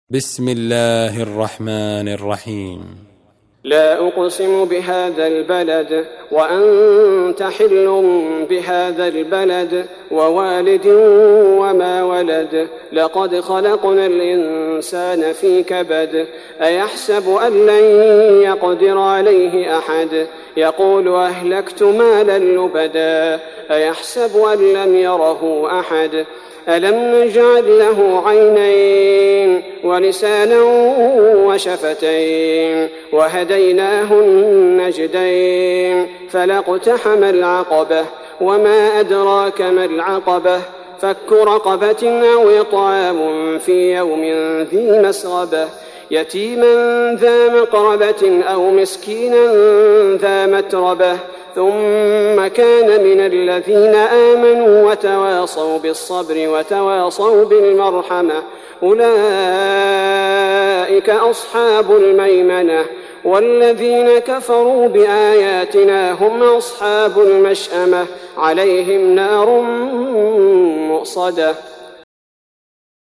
بسم الله الرحمن الرحيم. لا أقسم بهذا البلد وأنت حل بهذا البلد ووالد وما ولد لقد خلقنا الإنسان في كبد أيحسب أن لن يقدر عليه أحد يقول أهلكت مالا لبدا أيحسب أن لم يره أحد ألم نجعل له عينين ولسانا وشفتين وهديناه النجدين فلاقتحم العقبة وما أدراك ما العقبة فك رقبة أو إطعام في يوم ذي مسغبة يتيما ذا مقربة أو مسكينا ذا متربة ثم كان من الذين آمنوا وتواصوا بالصبر وتواصوا بالمرحمة أولئك أصحاب الميمنة والذين كفروا بآياتنا هم أصحاب المشأمة عليهم نار مؤصدة.